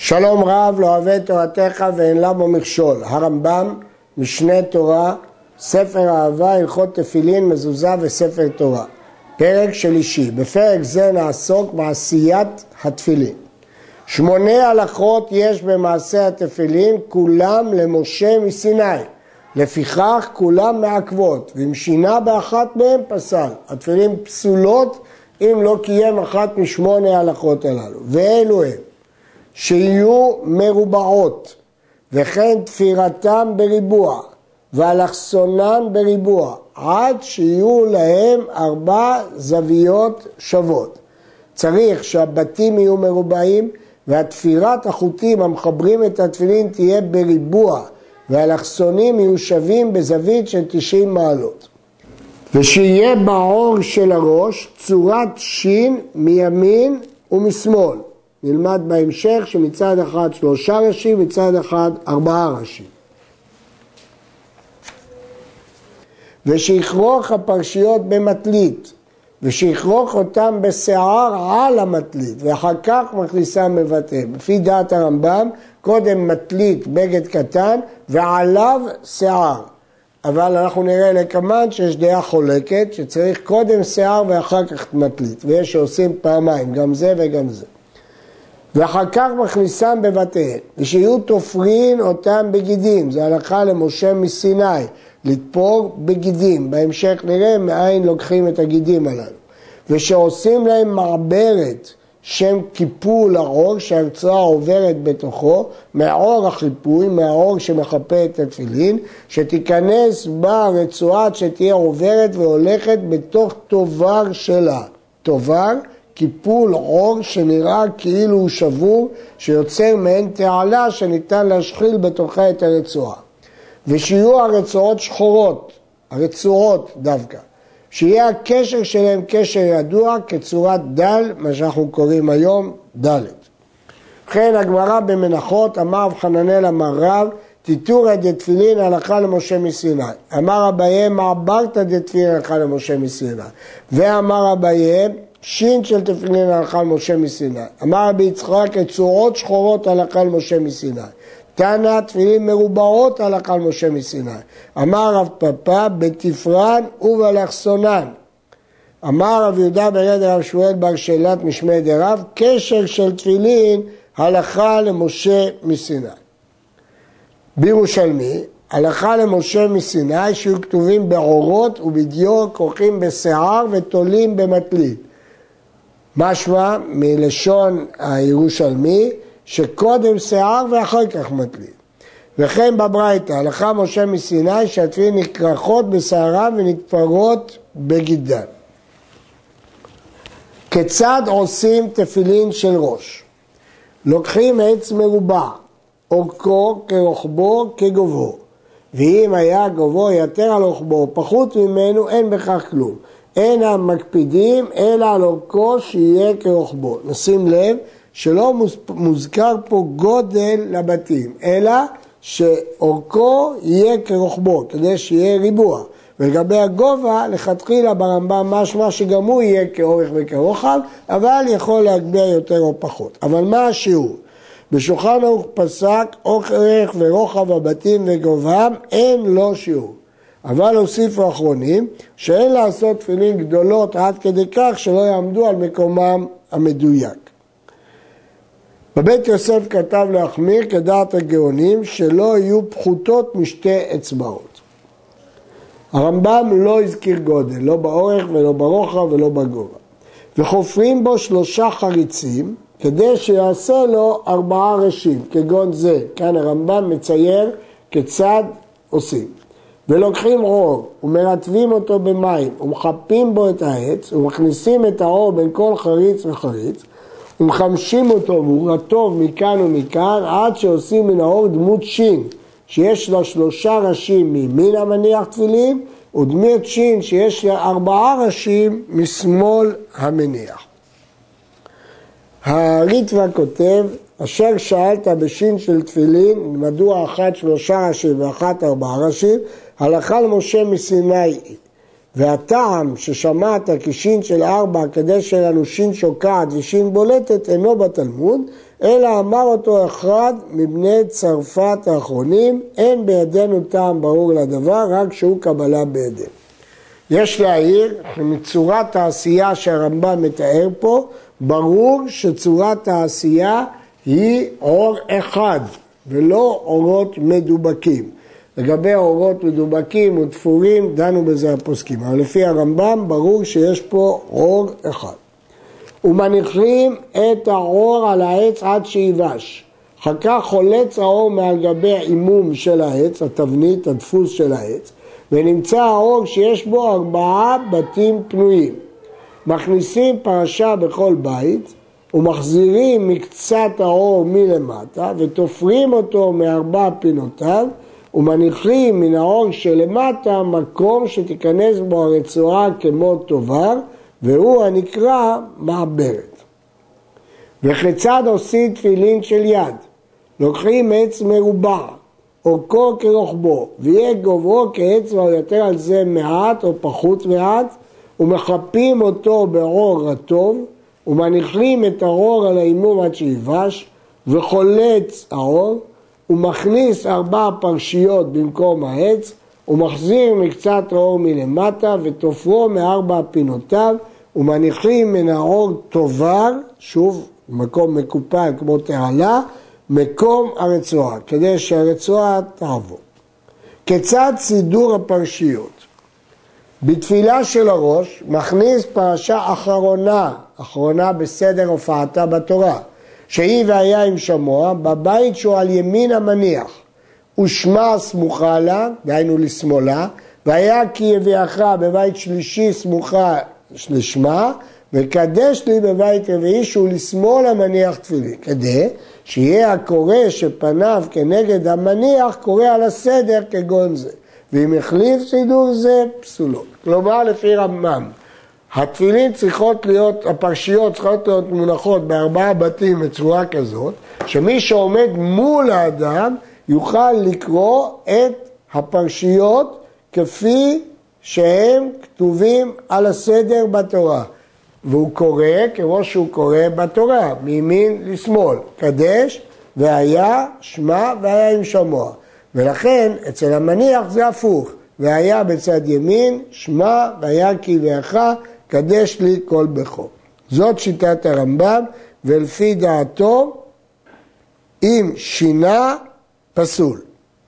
שלום רב לא אוהב את תורתך ואין לה בו מכשול. הרמב"ם, משנה תורה, ספר אהבה, הלכות תפילין, מזוזה וספר תורה. פרק שלישי. בפרק זה נעסוק בעשיית התפילין. 8 הלכות יש במעשה התפילין, כולם למשה מסיני. לפיכך כולם מעכבות, ואם שינה באחת מהם פסל. התפילין פסולות אם לא קיים אחת מ8 ההלכות הללו. ואלו הם, שיהיו מרובעות, וכן תפירתם בריבוע, ואלכסונן בריבוע, עד שיהיו להם 4 זוויות שוות. צריך שהבתים יהיו מרובעים, והתפירת החוטים המחברים את התפילין תהיה בריבוע, והאלכסונים יהיו שווים בזווית של 90 מעלות. ושיהיה בעור של הראש צורת שין מימין ומשמאל. נלמד בהמשך שמצד אחד 3 ראשים, מצד אחד 4 ראשים. ושיכרוך הפרשיות במטלית, ושיכרוך אותם בשיער על המטלית, ואחר כך מכניסם מבטא. לפי דעת הרמב"ם, קודם מטלית, בגד קטן, ועליו שיער. אבל אנחנו נראה לכמן שיש דעה חולקת, שצריך קודם שיער ואחר כך מטלית. ויש שעושים פעמיים, גם זה וגם זה. ואחר כך מכניסם בבתיהם, ושיהיו תופרין אותם בגידים, זה הלכה למשה מסיני, לתפור בגידים, בהמשך נראה מאין לוקחים את הגידים הללו, ושעושים להם מעברת, שם קיפול העור שהרצועה עוברת בתוכו, מעור החיפוי, מהעור שמחפה את התפילין, שתיכנס בה רצועה שתהיה עוברת והולכת בתוך תובר שלה, תובר, קיפול עור שנראה כאילו הוא שבור, שיוצר מעין תעלה שניתן להשחיל בתוכה את הרצועה. ושיהיו הרצועות שחורות, הרצועות דווקא, שיהיה הקשר שלהם קשר ידוע כצורת דל, מה שאנחנו קוראים היום ד'. וכן הגמרא במנחות, אמר רב חננאל אמר רב, תיתורא דתפילין הלכה למשה מסיני. אמר אביי מעברתא דתפילין הלכה למשה מסיני. ואמר אביי שין של תפילין הלכה למשה מסיני. אמר רבי יצחק צורות שחורות הלכה למשה מסיני. תנא תפילין מרובעות הלכה למשה מסיני. אמר רב פפא בתפרן ובאלכסונן. אמר רב יהודה בן רב שמואל בר שאלת משמי דרב, קשר של תפילין הלכה למשה מסיני. בירושלמי הלכה למשה מסיני שיהיו כתובים בעורות ובדיו כרוכים בשיער ותולים במטלית. משמע מלשון הירושלמי שקודם שיער ואחר כך מטלית. וכן בברייתא הלכה משה מסיני שהתפילין נקרחות בשערם ונתפרות בגידן. כיצד עושים תפילין של ראש? לוקחים עץ מרובע, אורכו כרוחבו כגובהו, ואם היה גובהו יותר על רוחבו פחות ממנו אין בכך כלום. אין המקפידים אלא על אורכו שיהיה כרוחבו. נשים לב שלא מוזכר פה גודל לבתים, אלא שאורכו יהיה כרוחבו, כדי שיהיה ריבוע. ולגבי הגובה, לכתחילה ברמב"ם משמע שגם הוא יהיה כאורך וכרוחב, אבל יכול להגביה יותר או פחות. אבל מה השיעור? בשולחן ערוך פסק אורך ורוחב הבתים וגובהם, אין לו שיעור. אבל הוסיפו אחרונים שאין לעשות תפילין גדולות עד כדי כך שלא יעמדו על מקומם המדויק. בבית יוסף כתב להחמיר כדעת הגאונים שלא יהיו פחותות משתי אצבעות. הרמב"ם לא הזכיר גודל, לא באורך ולא ברוחב ולא בגובה. וחופרים בו 3 חריצים כדי שיעשה לו 4 ראשים, כגון זה. כאן הרמב"ם מצייר כיצד עושים. ולוקחים עור ומרטבים אותו במים ומחפים בו את העץ ומכניסים את העור בין כל חריץ וחריץ ומחמשים אותו והוא רטוב מכאן ומכאן עד שעושים מן העור דמות שין שיש לה 3 ראשים מימין המניח תפילין ודמות שין שיש לה 4 ראשים משמאל המניח. הריטב"א כותב אשר שאלת בשין של תפילין מדוע אחת 3 ראשים ואחת 4 ראשים הלכה למשה מסיני והטעם ששמעת כשין של 4 כדי שלנו שין שוקעת ושין בולטת אינו בתלמוד אלא אמר אותו אחד מבני צרפת האחרונים, אין בידינו טעם ברור לדבר, רק שהוא קבלה בידינו. יש להעיר שמצורת העשייה שהרמב"ם מתאר פה, ברור שצורת העשייה היא אור אחד, ולא אורות מדובקים. לגבי אורות מדובקים ותפורים, דנו בזה הפוסקים. אבל לפי הרמב"ם, ברור שיש פה אור אחד. ומניחים את האור על העץ עד שיבש. אחר כך חולץ האור מעל גבי האימום של העץ, התבנית, הדפוס של העץ, ונמצא האור שיש בו 4 בתים פנויים. מכניסים פרשה בכל בית, ומחזירים מקצת האור מלמטה, ותופרים אותו מ4 פינותיו, ומניחים מן האור שלמטה מקום שתיכנס בו הרצועה כמו טובר, והוא הנקרא מעברת. וכיצד עושים תפילין של יד? לוקחים עץ מרובע, אורכו כרוחבו, ויהיה גובהו כאצבע או יותר על זה מעט או פחות מעט, ומחפים אותו באור רטוב, ומניחים את האור על האימום עד שיבש, וחולץ האור, ומכניס 4 פרשיות במקום העץ, ומחזיר מקצת האור מלמטה, ותופרו מ4 פינותיו, ומניחים מן האור טובר, שוב מקום מקופל כמו תעלה, מקום הרצועה, כדי שהרצועה תעבור. כיצד סידור הפרשיות? בתפילה של הראש מכניס פרשה אחרונה בסדר הופעתה בתורה, שהיא והיה עם שמוע, בבית שהוא על ימין המניח, ושמה סמוכה לה, דהיינו לשמאלה, והיה כי יביאך בבית שלישי סמוכה לשמה, וקדש לי בבית רביעי שהוא לשמאל המניח תפילין, כדי שיהיה הקורא שפניו כנגד המניח קורא על הסדר כגון זה, ואם החליף סידור זה פסולות. כלומר לפי רמב"ם, התפילין צריכות להיות, הפרשיות צריכות להיות מונחות ב4 בתים בצורה כזאת, שמי שעומד מול האדם יוכל לקרוא את הפרשיות כפי שהם כתובים על הסדר בתורה. והוא קורא כמו שהוא קורא בתורה, מימין לשמאל, קדש והיה שמה והיה עם שמוע. ולכן אצל המניח זה הפוך, והיה בצד ימין, שמה והיה כי יביאך, קדש לי כל בכור. זאת שיטת הרמב"ם, ולפי דעתו, אם שינה, פסול.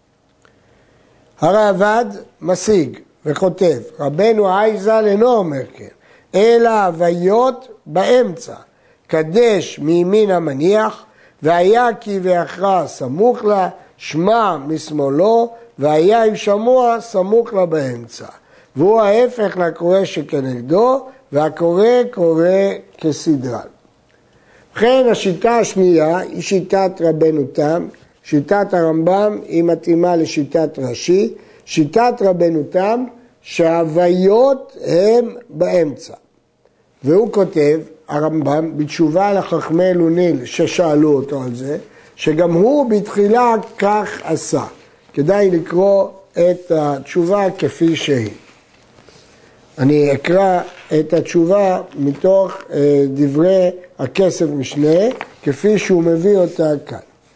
הרעב"ד משיג וכותב, רבנו אייזל אינו אומר כן, אלא הוויות באמצע, קדש מימין המניח, והיה כי יביאך סמוך לה, שמה משמאלו, והיה עם שמוע סמוך לה באמצע. והוא ההפך לקורא שכנגדו, והקורא קורא כסדרן. וכן השיטה השנייה היא שיטת רבנו תם, שיטת הרמב"ם היא מתאימה לשיטת רש"י, שיטת רבנו תם שההוויות הם באמצע. והוא כותב, הרמב"ם, בתשובה לחכמי אלוניל ששאלו אותו על זה, שגם הוא בתחילה כך עשה. כדאי לקרוא את התשובה כפי שהיא. אני אקרא את התשובה מתוך דברי הכסף משנה, כפי שהוא מביא אותה כאן.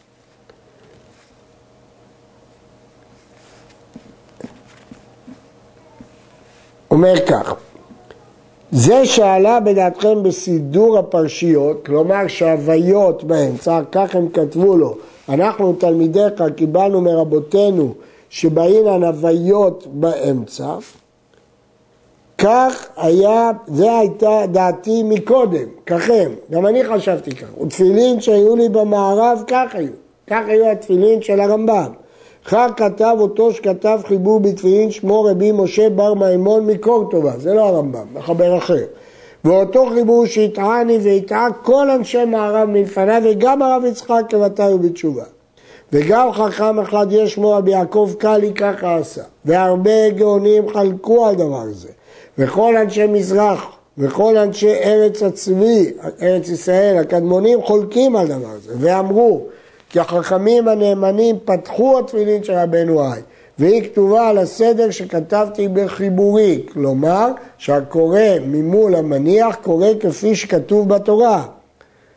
אומר כך, זה שעלה בדעתכם בסידור הפרשיות, כלומר שהוויות באמצע, כך הם כתבו לו, אנחנו תלמידיך קיבלנו מרבותינו שבהן הוויות באמצע, כך היה, זה הייתה דעתי מקודם, ככם, גם אני חשבתי כך, ותפילין שהיו לי במערב כך היו, כך היו התפילין של הרמב"ם. כך כתב אותו שכתב חיבור בתפילין שמו רבי משה בר מימון מקור טובה, זה לא הרמב"ם, מחבר אחר. ואותו חיבור שהטעני והטעה כל אנשי מערב מלפניו, וגם הרב יצחק כבתי ובתשובה. וגם חכם אחד יש שמו רבי יעקב קלי ככה עשה. והרבה גאונים חלקו על דבר זה. וכל אנשי מזרח וכל אנשי ארץ הצבי, ארץ ישראל, הקדמונים חולקים על דבר זה. ואמרו, כי החכמים הנאמנים פתחו התפילין של רבנו אי, והיא כתובה על הסדר שכתבתי בחיבורי, כלומר שהקורא ממול המניח קורא כפי שכתוב בתורה.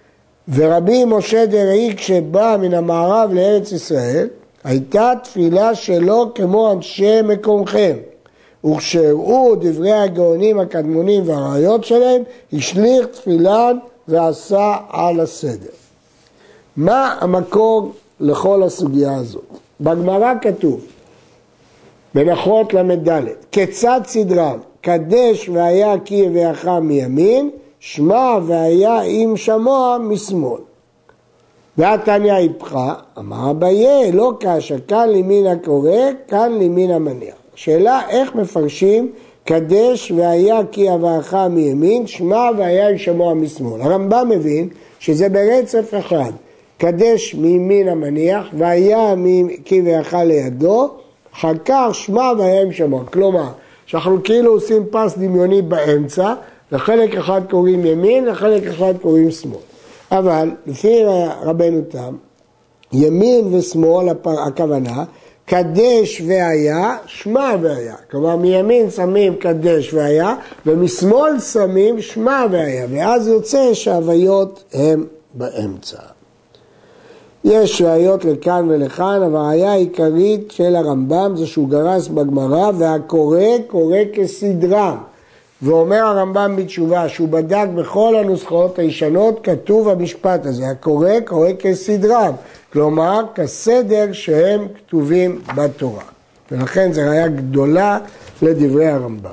ורבי משה דרעי כשבא מן המערב לארץ ישראל, הייתה תפילה שלו כמו אנשי מקומכם. וכשראו דברי הגאונים הקדמונים והראיות שלהם, השליך תפילן ועשה על הסדר. מה המקור לכל הסוגיה הזאת? בגמרא כתוב, בנחות למד, כיצד סדרם? קדש והיה כי יביאך מימין, שמע והיה אם שמוע משמאל. והתניא היפך, אמר אביי, לא קשה, כאן לימין הקורא, כאן לימין המניח. שאלה איך מפרשים קדש והיה כי יביאך מימין, שמע והיה אם שמוע משמאל. הרמב"ם מבין שזה ברצף אחד, קדש מימין המניח והיה כי יביאך לידו, אחר כך שמע והיה אם שמוע. כלומר, שאנחנו כאילו עושים פס דמיוני באמצע, לחלק אחד קוראים ימין, לחלק אחד קוראים שמאל. אבל לפי רבנו תם, ימין ושמאל הכוונה, קדש והיה, שמע והיה. כלומר מימין שמים קדש והיה, ומשמאל שמים שמע והיה. ואז יוצא שההוויות הם באמצע. יש ראיות לכאן ולכאן, אבל הראיה העיקרית של הרמב"ם זה שהוא גרס בגמרא, והקורא קורא כסדרם. ואומר הרמב"ם בתשובה שהוא בדק בכל הנוסחאות הישנות, כתוב המשפט הזה, הקורא קורא כסדרם, כלומר כסדר שהם כתובים בתורה. ולכן זו ראיה גדולה לדברי הרמב"ם.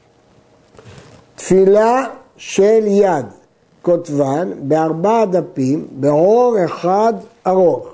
תפילה של יד, כותבן ב4 דפים, בעור אחד ארוך,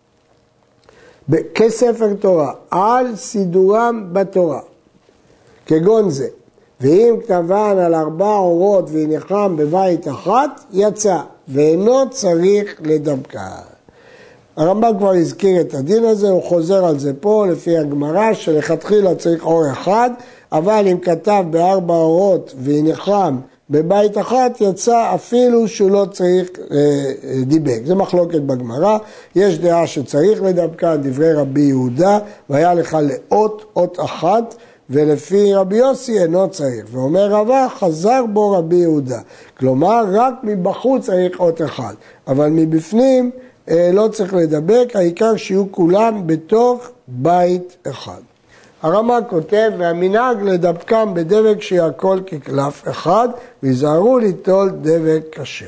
כספר תורה, על סידורם בתורה, כגון זה. ואם כתבן על 4 עורות והניחם בבית אחת, יצא, ואינו צריך לדבקה. הרמב"ם כבר הזכיר את הדין הזה, הוא חוזר על זה פה לפי הגמרא, שלכתחילה צריך עור אחד, אבל אם כתב ב4 עורות והניחם בבית אחת, יצא אפילו שהוא לא צריך דיבק. זה מחלוקת בגמרא, יש דעה שצריך לדבקה, דברי רבי יהודה, והיה לך לאות, אות אחת, ולפי רבי יוסי אינו צריך. ואומר רבא, חזר בו רבי יהודה. כלומר, רק מבחוץ צריך אות אחד. אבל מבפנים לא צריך לדבק, העיקר שיהיו כולם בתוך בית אחד. הרמ"א כותב, והמנהג לדבקם בדבק שיהיה הכל כקלף אחד, ויזהרו ליטול דבק כשר.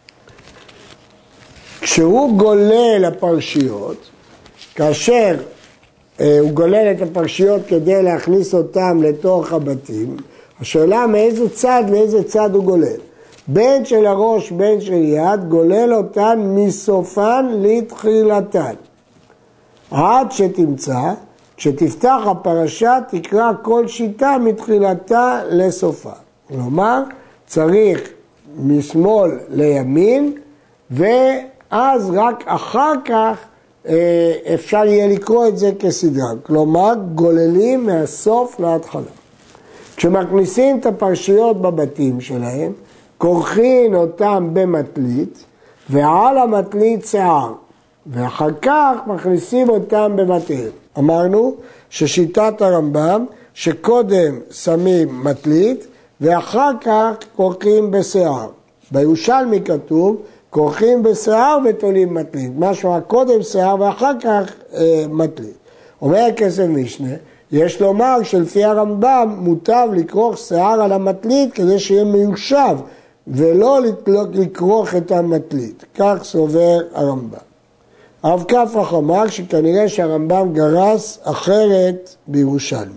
כשהוא גולל הפרשיות, כאשר הוא גולל את הפרשיות כדי להכניס אותם לתוך הבתים, השאלה מאיזה צד ואיזה צד הוא גולל. בין של הראש, בין של יד, גולל אותן מסופן לתחילתן. עד שתמצא, כשתפתח הפרשה תקרא כל שיטה מתחילתה לסופה. כלומר, צריך משמאל לימין, ואז רק אחר כך אפשר יהיה לקרוא את זה כסדרה. כלומר, גוללים מהסוף להתחלה. כשמכניסים את הפרשיות בבתים שלהם, כורכים אותם במטלית, ועל המטלית שיער, ואחר כך מכניסים אותם בבתיהם. אמרנו ששיטת הרמב"ם, שקודם שמים מטלית, ואחר כך כורכים בשיער. בירושלמי כתוב, כורכים בשיער ותולים מטלית. משהו קודם שיער ואחר כך מטלית. אומר כסף משנה, יש לומר שלפי הרמב"ם מוטב לכרוך שיער על המטלית כדי שיהיה מיושב, ולא לכרוך את המטלית. כך סובר הרמב"ם. הרב קפח אמר שכנראה שהרמב"ם גרס אחרת בירושלמי.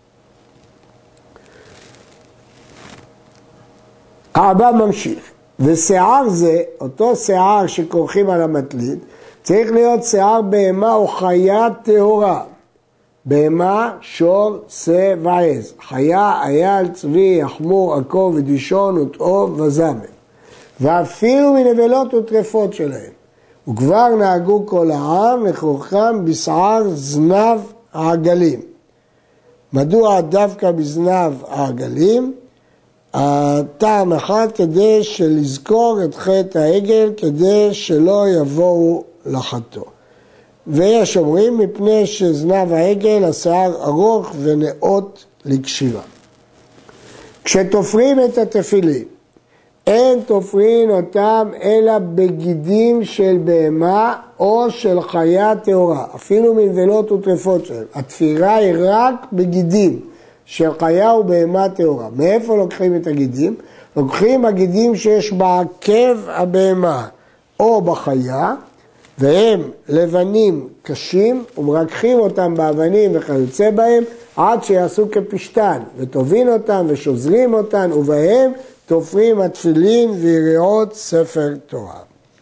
הרמב"ם ממשיך. ושיער זה, אותו שיער שכורכים על המטלית, צריך להיות שיער בהמה או חיה טהורה. בהמה, שור, שא ועז. חיה, אייל, צבי, יחמור, עקוב ודישון וטעוב וזמר. ואפילו מנבלות וטרפות שלהם. וכבר נהגו כל העם לכרוכם בשער זנב העגלים. מדוע דווקא בזנב העגלים? הטעם אחד כדי לזכור את חטא העגל, כדי שלא יבואו לחטוא. ויש אומרים מפני שזנב העגל השיער ארוך ונאות לקשירה. כשתופרים את התפילין אין תופרין אותם אלא בגידים של בהמה או של חיה טהורה, אפילו מנבלות וטרפות שלהם. התפירה היא רק בגידים של חיה ובהמה טהורה. מאיפה לוקחים את הגידים? לוקחים הגידים שיש בעקב הבהמה או בחיה, והם לבנים קשים, ומרככים אותם באבנים וכיוצא בהם, עד שיעשו כפשתן, וטובין אותם ושוזרים אותם, ובהם תופרים התפילין ויריעות ספר תורה.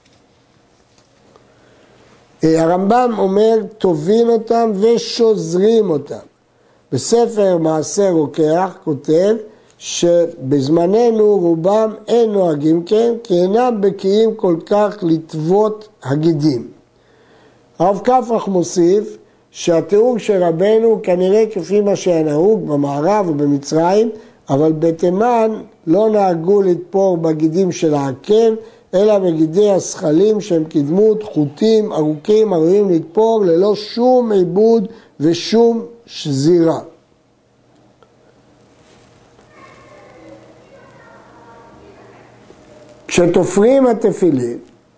הרמב"ם אומר, טובין אותם ושוזרים אותם. בספר מעשה רוקח כותב, שבזמננו רובם אין נוהגים כן, כי אינם בקיאים כל כך לטוות הגידים. הרב קפח מוסיף שהתיאור של רבנו כנראה כפי מה שנהוג במערב ובמצרים, אבל בתימן לא נהגו לתפור בגידים של העקב, אלא בגידי השכלים שהם כדמות חוטים ארוכים הראויים לתפור ללא שום עיבוד ושום שזירה. כשתופרים התפילין,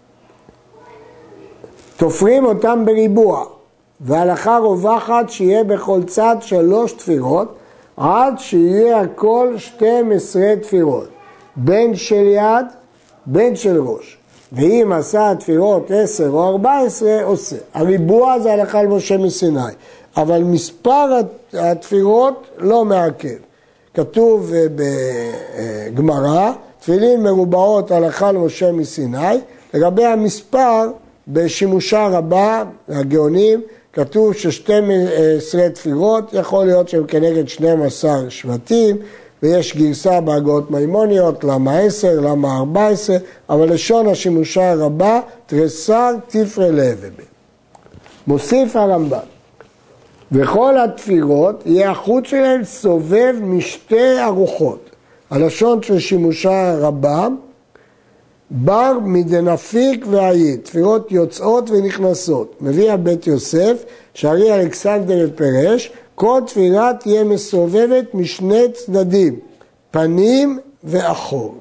תופרים אותם בריבוע, וההלכה רווחת שיהיה בכל צד 3 תפירות, עד שיהיה הכל 12 תפירות, בין של יד, בין של ראש. ואם עשה התפירות 10 או 14, עושה. הריבוע זה הלכה על משה מסיני, אבל מספר התפירות לא מעכב. כתוב בגמרא, תפילין מרובעות הלכה על משה מסיני, לגבי המספר בשימושה רבה, הגאונים, כתוב ש12 תפירות, יכול להיות שהם כנגד 12 שבטים, ויש גרסה בהגאות מימוניות, למה 10, למה 14, אבל לשון השימושה הרבה, תרסר תפרה להבבה. מוסיף הרמב"ם, וכל התפירות יהיה החוט שלהם סובב משתי ארוחות. הלשון של שימושה רבה, בר מדנפיק והעיד, תפירות יוצאות ונכנסות. מביא בית יוסף, שערי אלכסנדר פרש, כל תפירה תהיה מסובבת משני צדדים, פנים ואחור.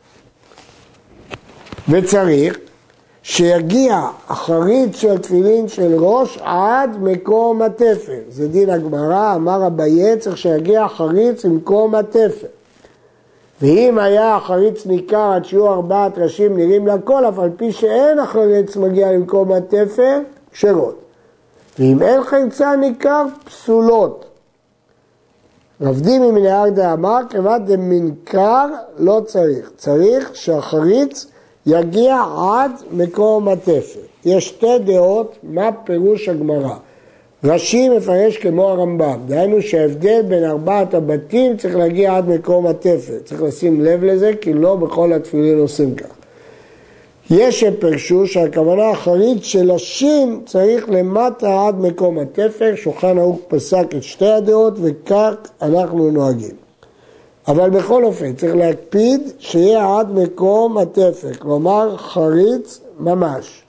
וצריך שיגיע החריץ של תפילין של ראש עד מקום התפר. זה דין הגמרא, אמר אביי, צריך שיגיע החריץ למקום התפר. ואם היה החריץ ניכר עד שיהיו 4 ראשים נראים לכל, אף על פי שאין החריץ מגיע למקום התפר, כשרות. ואם אין חריצה ניכר, פסולות. רבדים ממנהר דאמר, כיוון דמנכר לא צריך. צריך שהחריץ יגיע עד מקום התפר. יש 2 דעות מה פירוש הגמרא. רש"י מפרש כמו הרמב"ם, דהיינו שההבדל בין 4 הבתים צריך להגיע עד מקום התפר. צריך לשים לב לזה, כי לא בכל התפילין עושים כך. יש שפרשו שהכוונה החריץ של השין צריך למטה עד מקום התפר, שולחן ערוך פסק את 2 הדעות וכך אנחנו נוהגים. אבל בכל אופן צריך להקפיד שיהיה עד מקום התפר, כלומר חריץ ממש.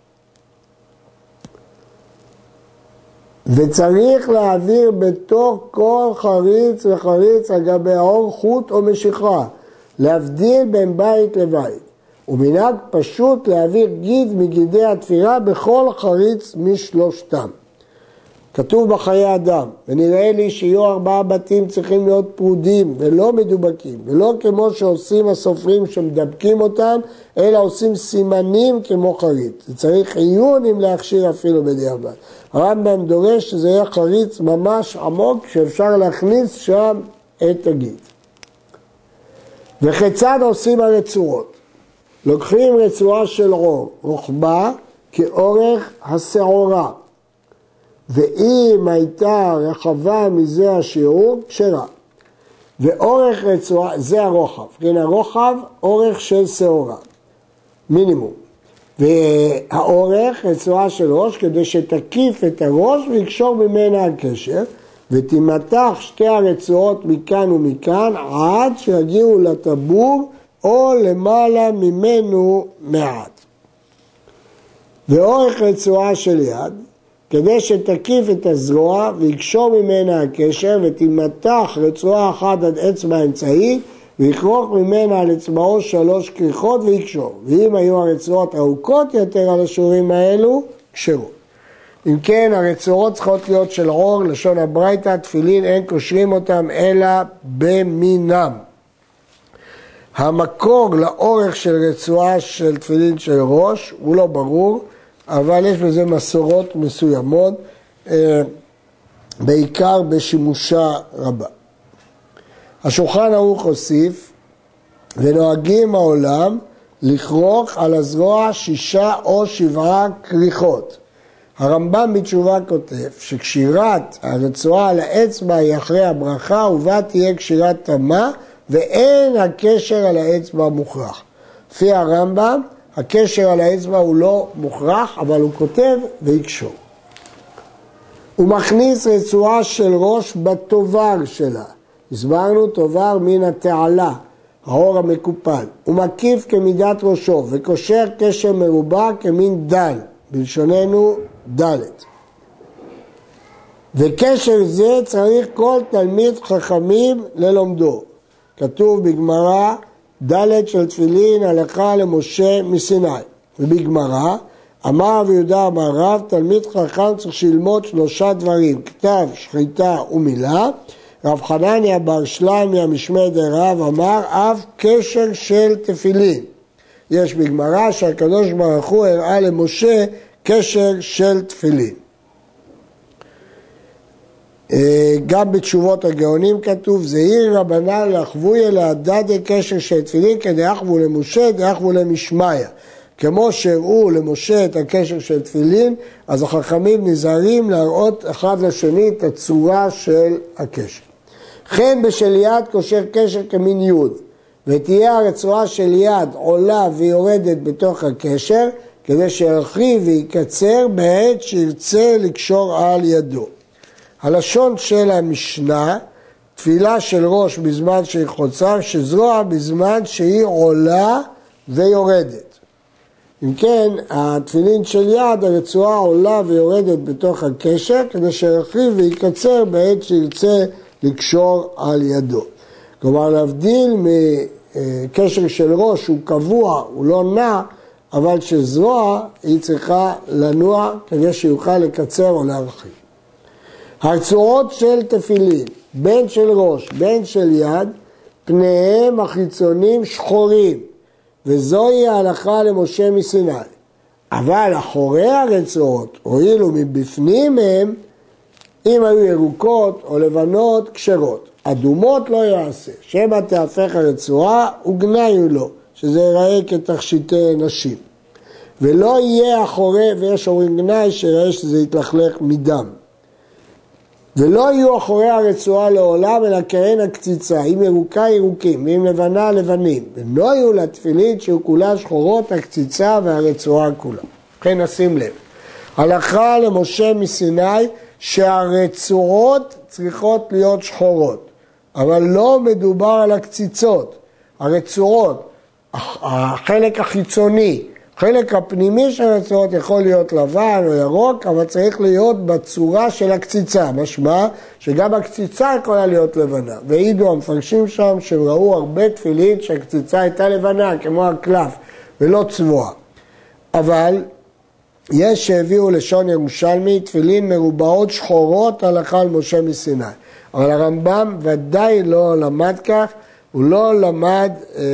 וצריך להעביר בתוך כל חריץ וחריץ על גבי האור חוט או משיכה, להבדיל בין בית לבית. ומנהג פשוט להעביר גיד מגידי התפירה בכל חריץ משלושתם. כתוב בחיי אדם, ונראה לי שיהיו 4 בתים צריכים להיות פרודים ולא מדובקים, ולא כמו שעושים הסופרים שמדבקים אותם, אלא עושים סימנים כמו חריץ. זה צריך עיון אם להכשיר אפילו בדיעבד. הרמב"ם דורש שזה יהיה חריץ ממש עמוק, שאפשר להכניס שם את הגיד. וכיצד עושים הרצועות? לוקחים רצועה של עור, רוחבה כאורך השעורה. ואם הייתה רחבה מזה השיעור, כשרה. ואורך רצועה, זה הרוחב. כן, הרוחב, אורך של שעורה. מינימום. והאורך, רצועה של ראש, כדי שתקיף את הראש ויקשור ממנה הקשר, ותימתח 2 הרצועות מכאן ומכאן, עד שיגיעו לטבור, או למעלה ממנו מעט. ואורך רצועה של יד, כדי שתקיף את הזרוע ויקשור ממנה הקשר ותימתח רצועה אחת עד אצבע האמצעית ויכרוך ממנה על אצבעו 3 כריכות ויקשור. ואם היו הרצועות ארוכות יותר על השורים האלו, קשרו. אם כן, הרצועות צריכות להיות של עור, לשון הברייתא, תפילין אין קושרים אותם אלא במינם. המקור לאורך של רצועה של תפילין של ראש הוא לא ברור, אבל יש בזה מסורות מסוימות, בעיקר בשימושה רבה. השולחן ערוך הוסיף, ונוהגים העולם לכרוך על הזרוע 6 או 7 כריכות. הרמב"ם בתשובה כותב שקשירת הרצועה על האצבע היא אחרי הברכה, ובה תהיה קשירת תמה, ואין הקשר על האצבע מוכרח. לפי הרמב"ם, הקשר על האצבע הוא לא מוכרח, אבל הוא כותב ויקשור. הוא מכניס רצועה של ראש בתובר שלה. הסברנו תובר מן התעלה, העור המקופל. הוא מקיף כמידת ראשו וקושר קשר מרובע כמין דל, בלשוננו דלת. וקשר זה צריך כל תלמיד חכמים ללומדו. כתוב בגמרא, דלת של תפילין הלכה למשה מסיני. ובגמרא, אמר רבי יהודה אמר רב, תלמיד חכם צריך ללמוד 3 דברים, כתב, שחיטה ומילה. רב חנניה בר שלמיה משמי דרב אמר, אף קשר של תפילין. יש בגמרא שהקדוש ברוך הוא הראה למשה קשר של תפילין. גם בתשובות הגאונים כתוב, זהיר רבנן לחבויה להדדה קשר של תפילין, כדאחבו למשה, דאחבו למשמיה. כמו שהראו למשה את הקשר של תפילין, אז החכמים נזהרים להראות אחד לשני את הצורה של הקשר. כן בשל יד קושר קשר כמין יוד, ותהיה הרצועה של יד עולה ויורדת בתוך הקשר, כדי שירחיב ויקצר בעת שירצה לקשור על ידו. הלשון של המשנה, תפילה של ראש בזמן שהיא חוצה, שזרוע בזמן שהיא עולה ויורדת. אם כן, התפילין של יד, הרצועה עולה ויורדת בתוך הקשר, כדי שירחיב ויקצר בעת שירצה לקשור על ידו. כלומר, להבדיל מקשר של ראש, הוא קבוע, הוא לא נע, אבל שזרוע היא צריכה לנוע כדי שיוכל לקצר או להרחיב. הרצועות של תפילין, בין של ראש, בין של יד, פניהם החיצונים שחורים, וזוהי ההלכה למשה מסיני. אבל אחורי הרצועות, הואילו מבפנים הם, אם היו ירוקות או לבנות, כשרות. אדומות לא יעשה, שמא תהפך הרצועה וגניו לו, שזה ייראה כתכשיטי נשים. ולא יהיה אחורי, ויש אומרים גנאי, שיראה שזה יתלכלך מדם. ולא יהיו אחורי הרצועה לעולם, אלא כהן הקציצה, אם ירוקה ירוקים, ואם לבנה לבנים. ולא יהיו לתפילין שהוא כולה שחורות, הקציצה והרצועה כולה. לכן נשים לב. הלכה למשה מסיני, שהרצועות צריכות להיות שחורות, אבל לא מדובר על הקציצות. הרצועות, החלק החיצוני, החלק הפנימי של הרצועות יכול להיות לבן או ירוק, אבל צריך להיות בצורה של הקציצה, משמע שגם הקציצה יכולה להיות לבנה. והעידו המפרשים שם שראו הרבה תפילין שהקציצה הייתה לבנה, כמו הקלף, ולא צבועה. אבל יש שהביאו לשון ירושלמי תפילין מרובעות שחורות הלכה על משה מסיני. אבל הרמב"ם ודאי לא למד כך, הוא לא למד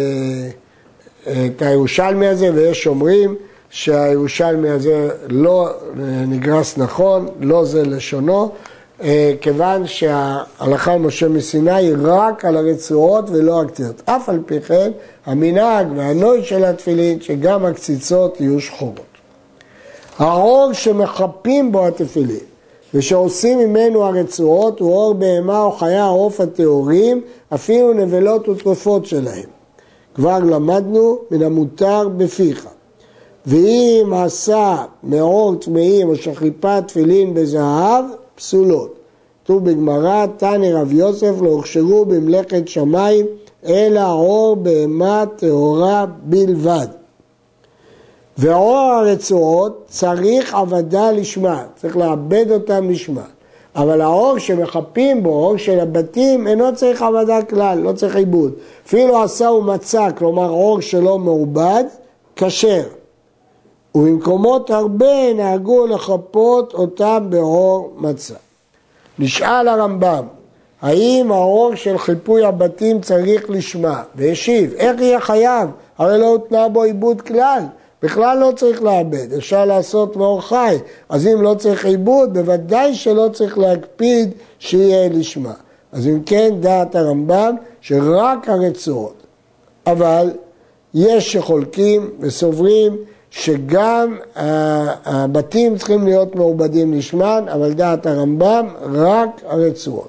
את הירושלמי הזה, ויש אומרים שהירושלמי הזה לא נגרס נכון, לא זה לשונו, כיוון שההלכה על משה מסיני היא רק על הרצועות ולא הקציצות. אף על פי כן, המנהג והנוי של התפילין שגם הקציצות יהיו שחורות. העור שמחפים בו התפילין ושעושים ממנו הרצועות הוא עור בהמה או חיה העוף הטהורים, אפילו נבלות וטרפות שלהם. כבר למדנו מן המותר בפיך. ואם עשה מעור טמאים או שחיפה תפילין בזהב, פסולות. כתוב בגמרא, תני רב יוסף לא הוכשרו במלאכת שמיים, אלא עור בהמה טהורה בלבד. ועור הרצועות צריך עבדה לשמה, צריך לעבד אותם לשמה. אבל האור שמחפים בו, האור של הבתים, אינו צריך עבדה כלל, לא צריך עיבוד. אפילו עשה ומצא, כלומר אור שלא מעובד, כשר. ובמקומות הרבה נהגו לחפות אותם באור מצא. נשאל הרמב"ם, האם האור של חיפוי הבתים צריך לשמה? והשיב, איך יהיה חייב? הרי לא הותנה בו עיבוד כלל. בכלל לא צריך לעבד, אפשר לעשות מאור חי. אז אם לא צריך עיבוד, בוודאי שלא צריך להקפיד שיהיה לשמה. אז אם כן, דעת הרמב"ם שרק הרצועות. אבל יש שחולקים וסוברים שגם הבתים צריכים להיות מעובדים לשמן, אבל דעת הרמב"ם רק הרצועות.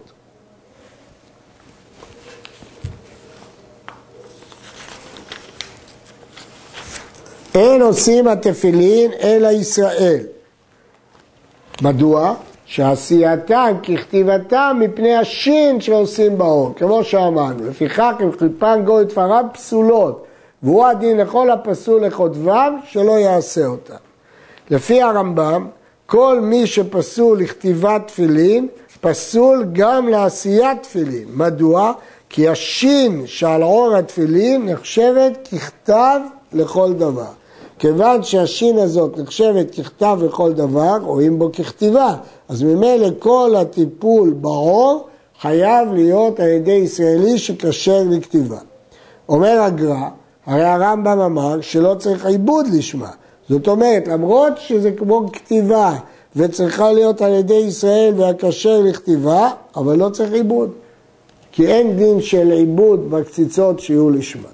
אין עושים התפילין אלא ישראל. מדוע? שעשייתם ככתיבתם מפני השין שעושים באור, כמו שאמרנו. לפיכך אם חלפן גוי תפריו פסולות, והוא הדין לכל הפסול לכותביו שלא יעשה אותם. לפי הרמב"ם, כל מי שפסול לכתיבת תפילין, פסול גם לעשיית תפילין. מדוע? כי השין שעל עור התפילין נחשבת ככתב לכל דבר. כיוון שהשין הזאת נחשבת ככתב לכל דבר, רואים בו ככתיבה. אז ממילא כל הטיפול בעור חייב להיות על ידי ישראלי שכשר לכתיבה. אומר הגר"א, הרי הרמב"ם אמר שלא צריך עיבוד לשמה. זאת אומרת, למרות שזה כמו כתיבה וצריכה להיות על ידי ישראל והכשר לכתיבה, אבל לא צריך עיבוד. כי אין דין של עיבוד בקציצות שיהיו לשמה.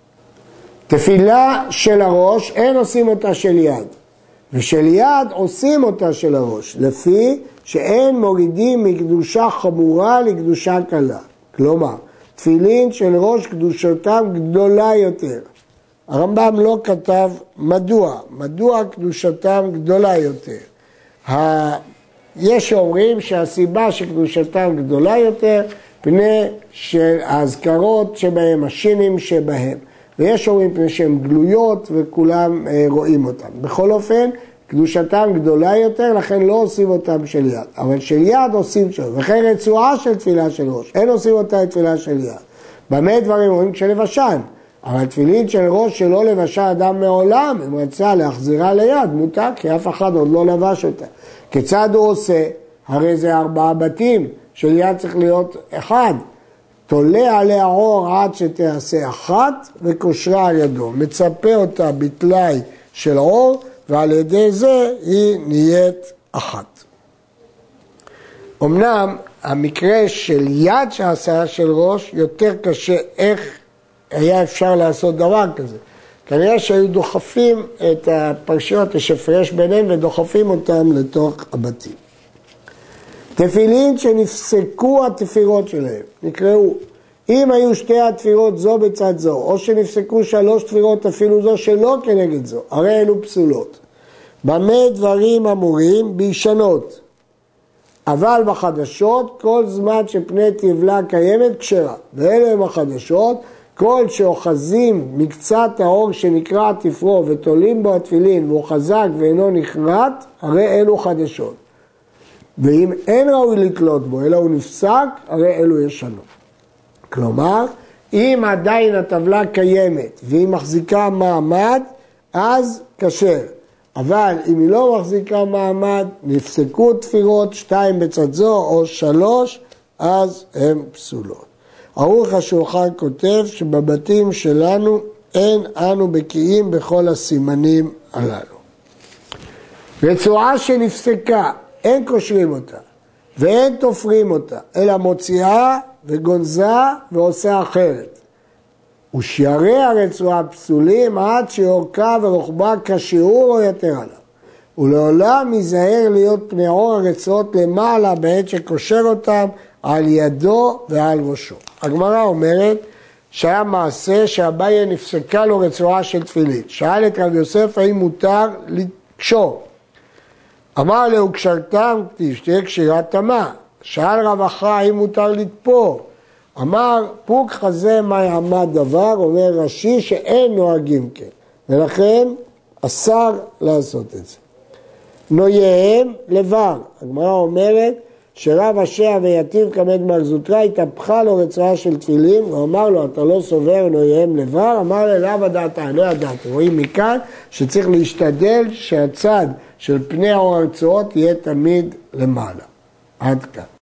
תפילה של הראש אין עושים אותה של יד, ושל יד עושים אותה של הראש, לפי שאין מורידים מקדושה חמורה לקדושה קלה. כלומר, תפילין של ראש קדושתם גדולה יותר. הרמב"ם לא כתב מדוע קדושתם גדולה יותר. יש שאומרים שהסיבה שקדושתם גדולה יותר, פני שהאזכרות שבהם, השינים שבהם. ויש אומרים פני שהן גלויות וכולם רואים אותן. בכל אופן, קדושתם גדולה יותר, לכן לא עושים אותם של יד. אבל של יד עושים של יד. וכן רצועה של תפילה של ראש, אין עושים אותה לתפילה של יד. במה דברים אומרים כשלבשן? אבל תפילין של ראש שלא לבשה אדם מעולם, אם רצה להחזירה ליד, מותר, כי אף אחד עוד לא לבש אותה. כיצד הוא עושה? הרי זה 4 בתים, של יד צריך להיות 1. תולה עליה אור עד שתעשה 1 וקושרה על ידו. מצפה אותה בתלי של אור, ועל ידי זה היא נהיית 1. אמנם המקרה של יד שעשה של ראש יותר קשה. איך היה אפשר לעשות דבר כזה? כנראה שהיו דוחפים את הפרשיות, יש הפרש ביניהם ודוחפים אותם לתוך הבתים. תפילין שנפסקו התפירות שלהם, נקראו. אם היו 2 התפירות זו בצד זו, או שנפסקו 3 תפירות אפילו זו שלא כנגד זו, הרי אלו פסולות. במה דברים אמורים? בישנות. אבל בחדשות, כל זמן שפני תבלה קיימת כשרה. ואלה הם החדשות, כל שאוחזים מקצת האור שנקרא תפרו ותולים בו התפילין והוא חזק ואינו נחרט, הרי אלו חדשות. ואם אין ראוי לתלות בו, אלא הוא נפסק, הרי אלו ישנות. כלומר, אם עדיין הטבלה קיימת והיא מחזיקה מעמד, אז כשר. אבל אם היא לא מחזיקה מעמד, נפסקו תפירות 2 בצד זו או 3, אז הן פסולות. ערוך השולחן כותב שבבתים שלנו אין אנו בקיאים בכל הסימנים הללו. רצועה שנפסקה, אין קושרים אותה ואין תופרים אותה, אלא מוציאה וגונזה ועושה אחרת. ושיירי הרצועה פסולים עד שאורכה ורוחבה כשיעור או יתר עליו. ולעולם ייזהר להיות פני עור הרצועות למעלה בעת שקושר אותם על ידו ועל ראשו. הגמרא אומרת שהיה מעשה שאביי נפסקה לו רצועה של תפילין. שאל את רב יוסף האם מותר לקשור. אמר לו קשרתם תהיה קשירת תמה. שאל רב אחרא האם מותר לתפור. אמר פוק חזה מה יעמד דבר, אומר רש"י שאין נוהגים כן. ולכן אסר לעשות את זה. נוייהם לבר. הגמרא אומרת שרב השע ויתיב כמת מרזוטרה, התהפכה לו רצועה של תפילין, ואמר לו, אתה לא סובר נויהם לבר, אמר לו, לאו הדעתה, לא ידעתי. רואים מכאן שצריך להשתדל שהצד של פני הרצועות יהיה תמיד למעלה. עד כאן.